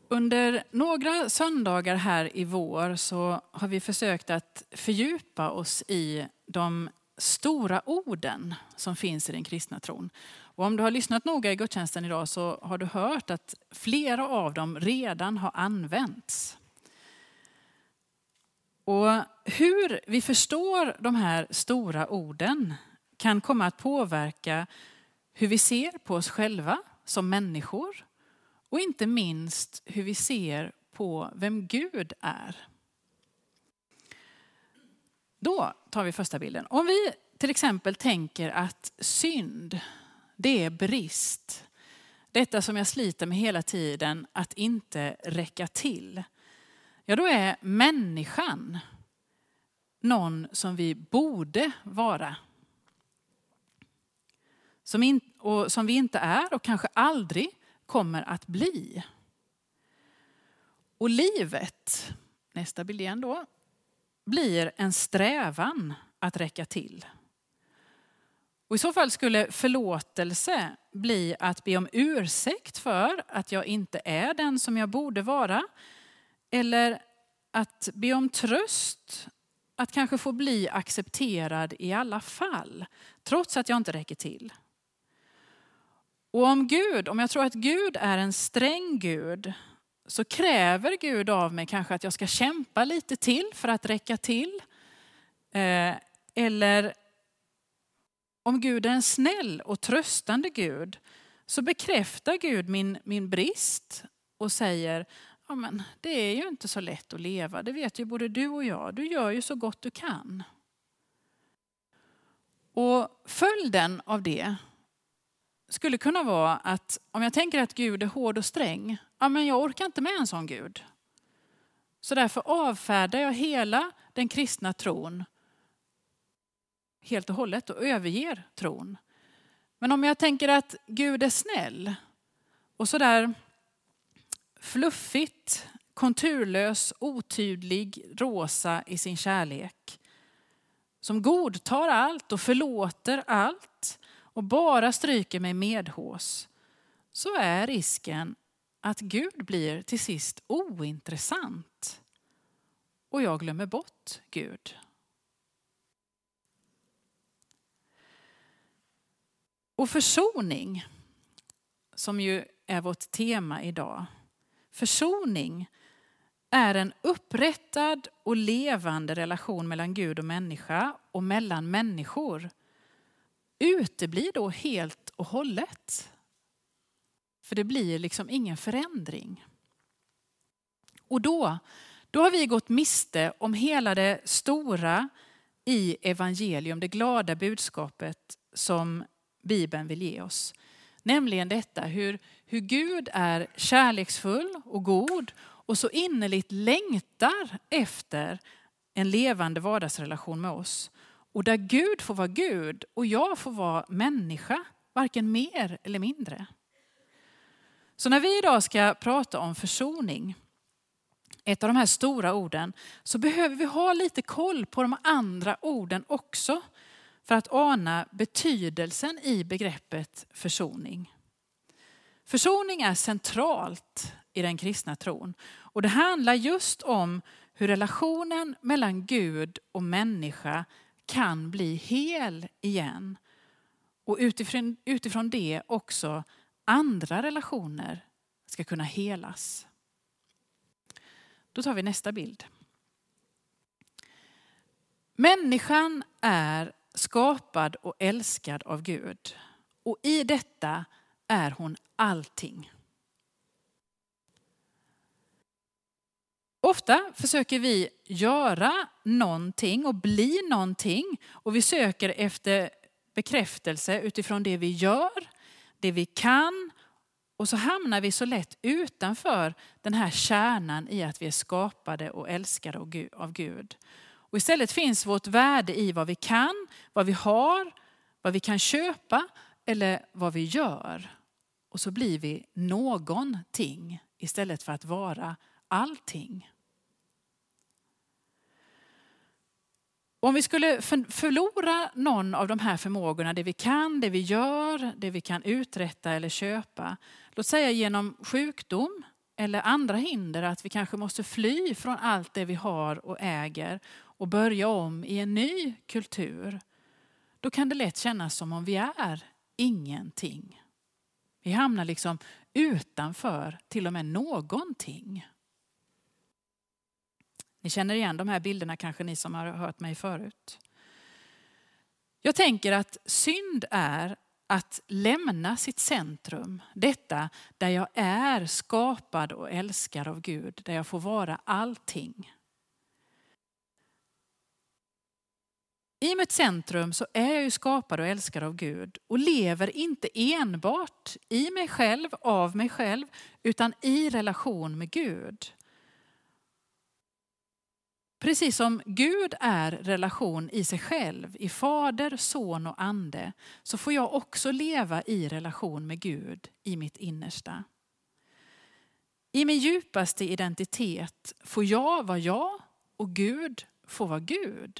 Under några söndagar här i vår så har vi försökt att fördjupa oss i de stora orden som finns i den kristna tron. Och om du har lyssnat noga i gudstjänsten idag så har du hört att flera av dem redan har använts. Och hur vi förstår de här stora orden kan komma att påverka hur vi ser på oss själva som människor. Och inte minst hur vi ser på vem Gud är. Då tar vi första bilden. Om vi till exempel tänker att synd, det är brist. Detta som jag sliter med hela tiden, att inte räcka till. Ja, då är människan någon som vi borde vara. Som vi inte är och kanske aldrig kommer att bli. Och livet, nästa bild igen då, blir en strävan att räcka till. Och i så fall skulle förlåtelse bli att be om ursäkt för att jag inte är den som jag borde vara. Eller att be om tröst, att kanske få bli accepterad i alla fall, trots att jag inte räcker till. Och om jag tror att Gud är en sträng Gud, så kräver Gud av mig kanske att jag ska kämpa lite till för att räcka till. Eller om Gud är en snäll och tröstande Gud, så bekräftar Gud min brist och säger, ja men det är ju inte så lätt att leva, det vet ju både du och jag, du gör ju så gott du kan. Och följden av det skulle kunna vara att om jag tänker att Gud är hård och sträng, ja men jag orkar inte med en sån Gud. Så därför avfärdar jag hela den kristna tron helt och hållet och överger tron. Men om jag tänker att Gud är snäll och sådär fluffigt, konturlös, otydlig, rosa i sin kärlek, som godtar allt och förlåter allt och bara stryker mig medhårs, så är risken att Gud blir till sist ointressant och jag glömmer bort Gud. Och försoning, som ju är vårt tema idag. Försoning är en upprättad och levande relation mellan Gud och människa och mellan människor. Uteblir då helt och hållet. För det blir liksom ingen förändring. Och då har vi gått miste om hela det stora i evangelium, det glada budskapet som Bibeln vill ge oss. Nämligen detta hur Gud är kärleksfull och god och så innerligt längtar efter en levande vardagsrelation med oss. Och där Gud får vara Gud och jag får vara människa, varken mer eller mindre. Så när vi idag ska prata om försoning, ett av de här stora orden, så behöver vi ha lite koll på de andra orden också för att ana betydelsen i begreppet försoning. Försoning är centralt i den kristna tron och det handlar just om hur relationen mellan Gud och människa kan bli hel igen. Och utifrån det också andra relationer ska kunna helas. Då tar vi nästa bild. Människan är skapad och älskad av Gud. Och i detta är hon allting. Ofta försöker vi göra någonting och bli någonting. Och vi söker efter bekräftelse utifrån det vi gör, det vi kan. Och så hamnar vi så lätt utanför den här kärnan i att vi är skapade och älskade av Gud. Och istället finns vårt värde i vad vi kan, vad vi har, vad vi kan köpa eller vad vi gör. Och så blir vi någonting istället för att vara allting. Om vi skulle förlora någon av de här förmågorna, det vi kan, det vi gör, det vi kan uträtta eller köpa. Låt säga genom sjukdom eller andra hinder, att vi kanske måste fly från allt det vi har och äger och börja om i en ny kultur, då kan det lätt kännas som om vi är ingenting. Vi hamnar liksom utanför till och med någonting. Ni känner igen de här bilderna, kanske ni som har hört mig förut. Jag tänker att synd är att lämna sitt centrum, detta där jag är skapad och älskad av Gud, där jag får vara allting. I mitt centrum så är jag ju skapad och älskad av Gud och lever inte enbart i mig själv, av mig själv, utan i relation med Gud. Precis som Gud är relation i sig själv, i Fader, Son och Ande, så får jag också leva i relation med Gud i mitt innersta. I min djupaste identitet får jag vara jag och Gud får vara Gud.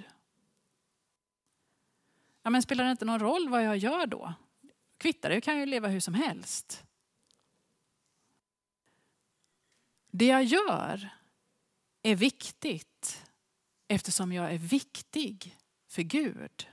Ja, men spelar det inte någon roll vad jag gör då? Kvittar det, jag kan ju leva hur som helst. Det jag gör är viktigt eftersom jag är viktig för Gud.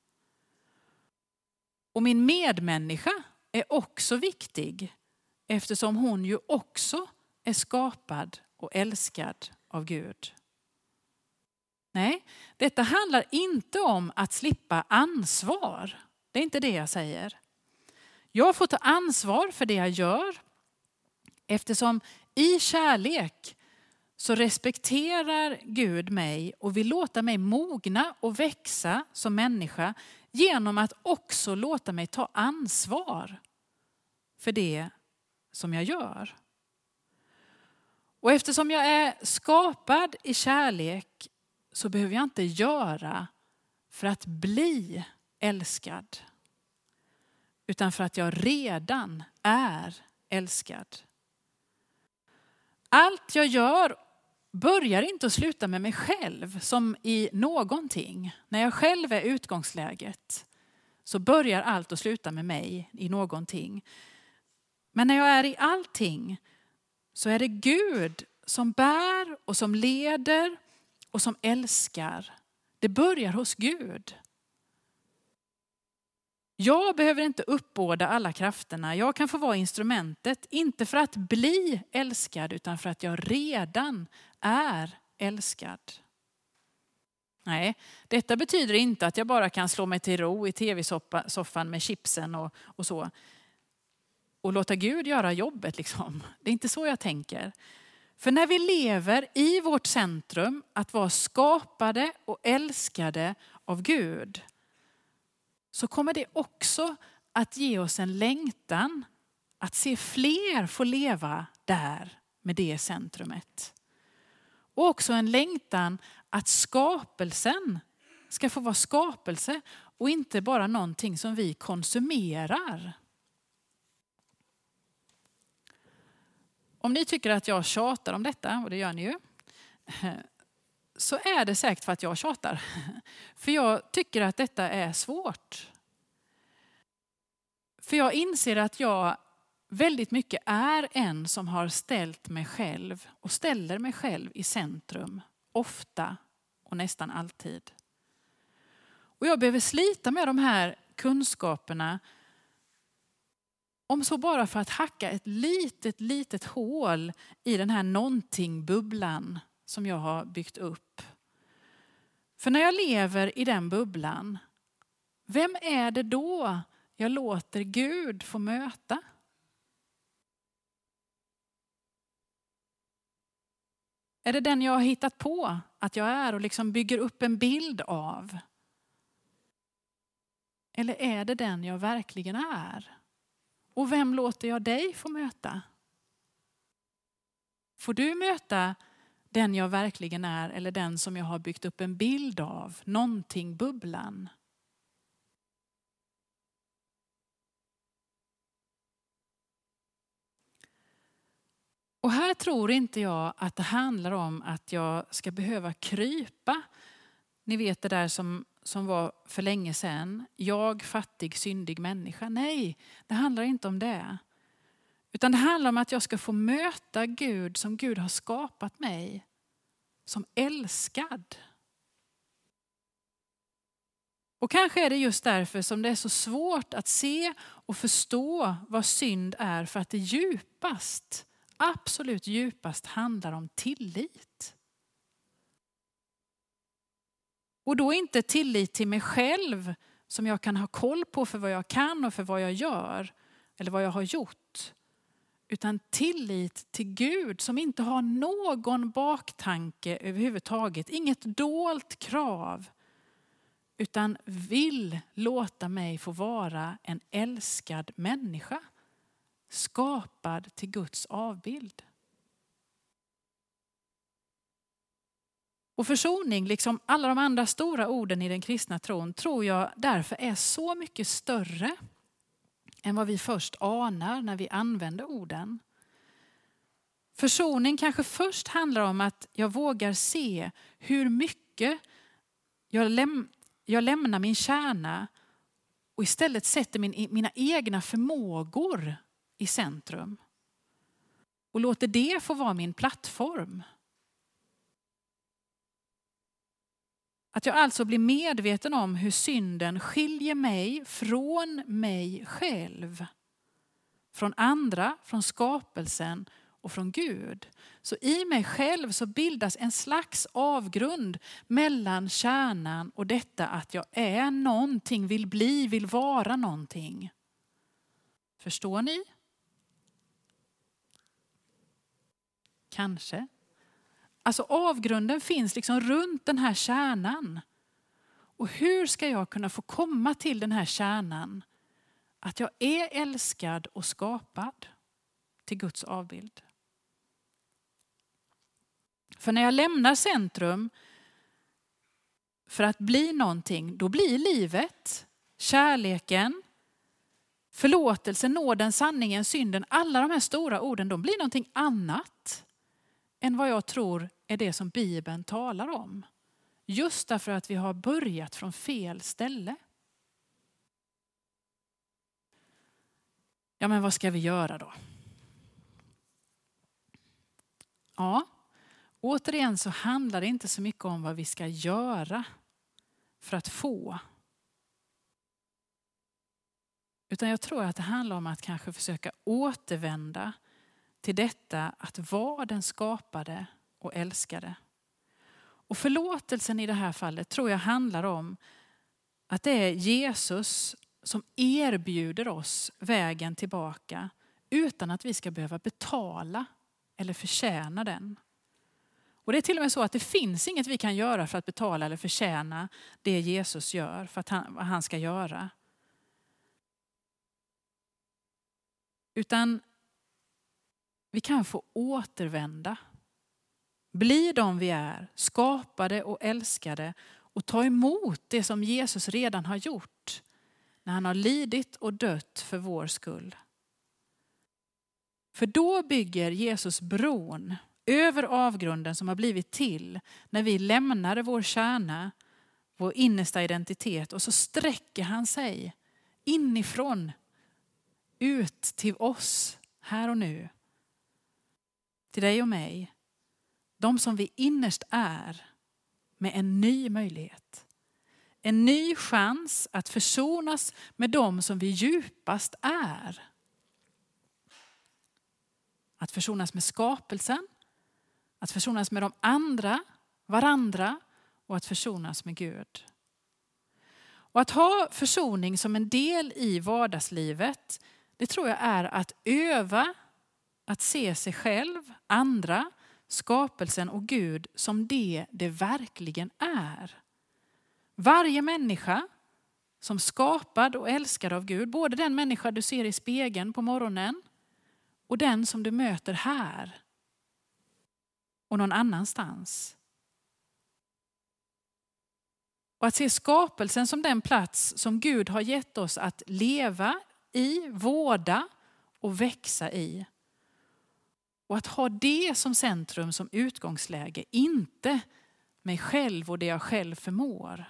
Och min medmänniska är också viktig eftersom hon ju också är skapad och älskad av Gud. Nej, detta handlar inte om att slippa ansvar. Det är inte det jag säger. Jag får ta ansvar för det jag gör eftersom i kärlek så respekterar Gud mig och vill låta mig mogna och växa som människa genom att också låta mig ta ansvar för det som jag gör. Och eftersom jag är skapad i kärlek så behöver jag inte göra för att bli älskad, utan för att jag redan är älskad. Allt jag gör börjar inte att sluta med mig själv som i någonting. När jag själv är utgångsläget så börjar allt att sluta med mig i någonting. Men när jag är i allting så är det Gud som bär och som leder och som älskar. Det börjar hos Gud. Jag behöver inte uppbåda alla krafterna. Jag kan få vara instrumentet, inte för att bli älskad utan för att jag redan är älskad. Nej, detta betyder inte att jag bara kan slå mig till ro i tv-soffan med chipsen och så. Och låta Gud göra jobbet liksom. Det är inte så jag tänker. För när vi lever i vårt centrum att vara skapade och älskade av Gud, så kommer det också att ge oss en längtan att se fler få leva där med det centrumet. Och också en längtan att skapelsen ska få vara skapelse och inte bara någonting som vi konsumerar. Om ni tycker att jag tjatar om detta, och det gör ni ju, så är det säkert för att jag tjatar. För jag tycker att detta är svårt. För jag inser att jag väldigt mycket är en som har ställt mig själv och ställer mig själv i centrum. Ofta och nästan alltid. Och jag behöver slita med de här kunskaperna. Om så bara för att hacka ett litet hål i den här någonting-bubblan som jag har byggt upp. För när jag lever i den bubblan, vem är det då jag låter Gud få möta? Är det den jag har hittat på att jag är och liksom bygger upp en bild av? Eller är det den jag verkligen är? Och vem låter jag dig få möta? Får du möta den jag verkligen är eller den som jag har byggt upp en bild av? Någonting bubblan. Och här tror inte jag att det handlar om att jag ska behöva krypa. Ni vet det där som var för länge sedan. Jag, fattig, syndig människa. Nej, det handlar inte om det. Utan det handlar om att jag ska få möta Gud som Gud har skapat mig. Som älskad. Och kanske är det just därför som det är så svårt att se och förstå vad synd är. För att det djupast, absolut djupast handlar om tillit. Och då inte tillit till mig själv som jag kan ha koll på för vad jag kan och för vad jag gör. Eller vad jag har gjort. Utan tillit till Gud som inte har någon baktanke överhuvudtaget. Inget dolt krav. Utan vill låta mig få vara en älskad människa. Skapad till Guds avbild. Och försoning, liksom alla de andra stora orden i den kristna tron, tror jag därför är så mycket större än vad vi först anar när vi använder orden. Försoning kanske först handlar om att jag vågar se hur mycket jag lämnar min kärna och istället sätter mina egna förmågor i centrum. Och låter det få vara min plattform. Att jag alltså blir medveten om hur synden skiljer mig från mig själv. Från andra, från skapelsen och från Gud. Så i mig själv så bildas en slags avgrund mellan kärnan och detta att jag är någonting, vill vara någonting. Förstår ni? Kanske. Alltså avgrunden finns liksom runt den här kärnan. Och hur ska jag kunna få komma till den här kärnan? Att jag är älskad och skapad till Guds avbild. För när jag lämnar centrum för att bli någonting, då blir livet, kärleken, förlåtelsen, nåden, sanningen, synden, alla de här stora orden, de blir någonting annat än vad jag tror är det som Bibeln talar om. Just därför att vi har börjat från fel ställe. Ja, men vad ska vi göra då? Ja, återigen så handlar det inte så mycket om vad vi ska göra för att få. Utan jag tror att det handlar om att kanske försöka återvända till detta att vara den skapade och älskade. Och förlåtelsen i det här fallet tror jag handlar om att det är Jesus som erbjuder oss vägen tillbaka utan att vi ska behöva betala eller förtjäna den. Och det är till och med så att det finns inget vi kan göra för att betala eller förtjäna det Jesus gör, för att vad han ska göra. Utan vi kan få återvända. Bli de vi är, skapade och älskade och ta emot det som Jesus redan har gjort när han har lidit och dött för vår skull. För då bygger Jesus bron över avgrunden som har blivit till när vi lämnade vår kärna, vår innersta identitet, och så sträcker han sig inifrån ut till oss här och nu. Till dig och mig. De som vi innerst är, med en ny möjlighet. En ny chans att försonas med dem som vi djupast är. Att försonas med skapelsen. Att försonas med de andra, varandra. Och att försonas med Gud. Och att ha försoning som en del i vardagslivet, det tror jag är att öva att se sig själv, andra, skapelsen och Gud som det verkligen är. Varje människa som skapad och älskad av Gud, både den människa du ser i spegeln på morgonen och den som du möter här och någon annanstans. Och att se skapelsen som den plats som Gud har gett oss att leva i, vårda och växa i. Och att ha det som centrum, som utgångsläge, inte mig själv och det jag själv förmår.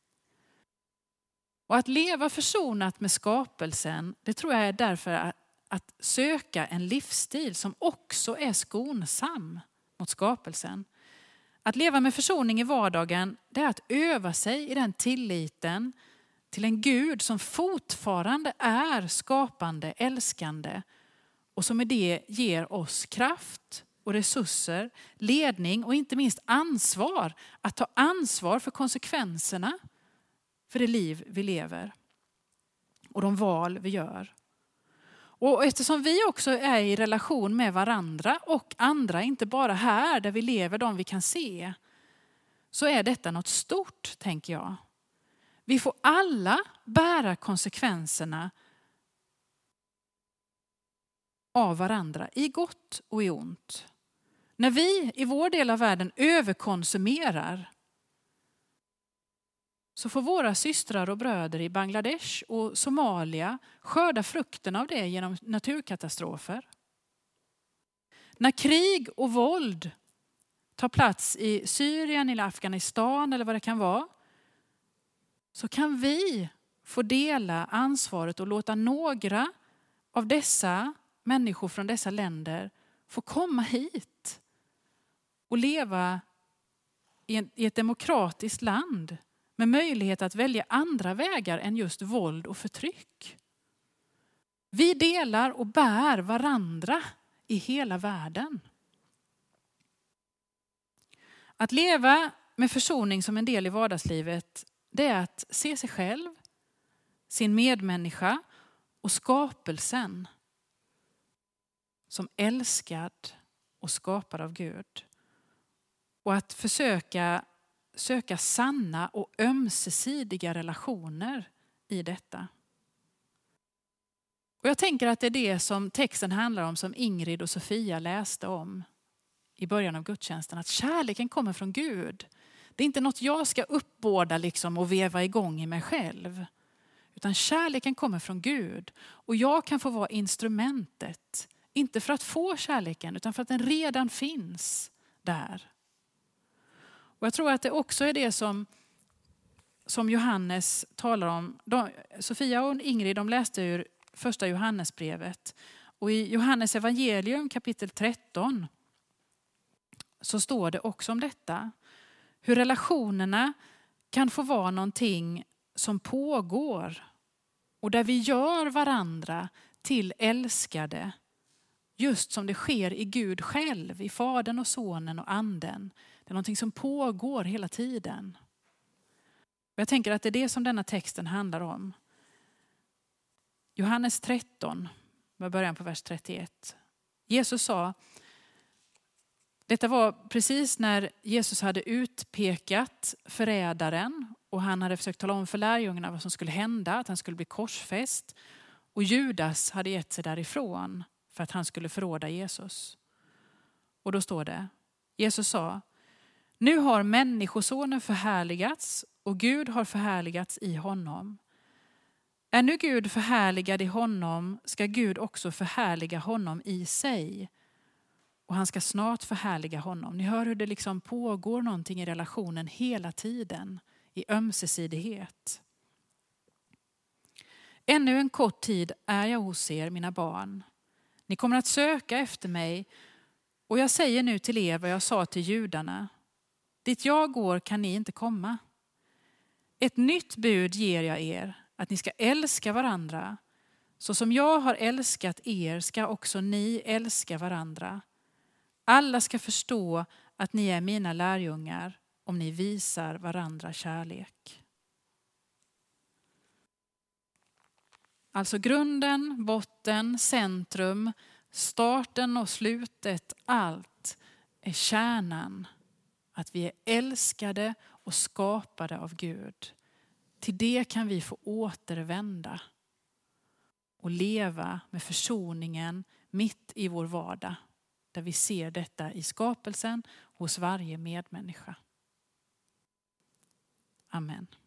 Och att leva försonat med skapelsen, det tror jag är därför att söka en livsstil som också är skonsam mot skapelsen. Att leva med försoning i vardagen, det är att öva sig i den tilliten till en Gud som fortfarande är skapande, älskande och som med det ger oss kraft och resurser, ledning och inte minst ansvar. Att ta ansvar för konsekvenserna för det liv vi lever och de val vi gör. Och eftersom vi också är i relation med varandra och andra, inte bara här där vi lever, de vi kan se, så är detta något stort, tänker jag. Vi får alla bära konsekvenserna av varandra i gott och i ont. När vi i vår del av världen överkonsumerar så får våra systrar och bröder i Bangladesh och Somalia skörda frukten av det genom naturkatastrofer. När krig och våld tar plats i Syrien eller Afghanistan eller vad det kan vara, så kan vi få dela ansvaret och låta några av dessa människor från dessa länder få komma hit och leva i ett demokratiskt land med möjlighet att välja andra vägar än just våld och förtryck. Vi delar och bär varandra i hela världen. Att leva med försoning som en del i vardagslivet, det är att se sig själv, sin medmänniska och skapelsen som älskad och skapad av Gud. Och att söka sanna och ömsesidiga relationer i detta. Och jag tänker att det är det som texten handlar om, som Ingrid och Sofia läste om i början av gudstjänsten. Att kärleken kommer från Gud. Det är inte något jag ska uppbåda och veva igång i mig själv. Utan kärleken kommer från Gud. Och jag kan få vara instrumentet. Inte för att få kärleken, utan för att den redan finns där. Och jag tror att det också är det som Johannes talar om. Sofia och Ingrid, de läste ur första Johannesbrevet. Och i Johannes evangelium kapitel 13 så står det också om detta. Hur relationerna kan få vara någonting som pågår. Och där vi gör varandra till älskade. Just som det sker i Gud själv, i Fadern och Sonen och Anden. Det är någonting som pågår hela tiden. Och jag tänker att det är det som denna texten handlar om. Johannes 13, med början på vers 31. Jesus sa, detta var precis när Jesus hade utpekat förrädaren och han hade försökt tala om för lärjungarna vad som skulle hända, att han skulle bli korsfäst. Och Judas hade gett sig därifrån för att han skulle förråda Jesus. Och då står det, Jesus sa, nu har människosonen förhärligats och Gud har förhärligats i honom. Är nu Gud förhärligad i honom ska Gud också förhärliga honom i sig. Och han ska snart förhärliga honom. Ni hör hur det pågår någonting i relationen hela tiden. I ömsesidighet. Ännu en kort tid är jag hos er, mina barn. Ni kommer att söka efter mig. Och jag säger nu till er vad jag sa till judarna. Dit jag går kan ni inte komma. Ett nytt bud ger jag er. Att ni ska älska varandra. Så som jag har älskat er ska också ni älska varandra. Alla ska förstå att ni är mina lärjungar om ni visar varandra kärlek. Alltså grunden, botten, centrum, starten och slutet, allt är kärnan. Att vi är älskade och skapade av Gud. Till det kan vi få återvända och leva med försoningen mitt i vår vardag. Där vi ser detta i skapelsen hos varje medmänniska. Amen.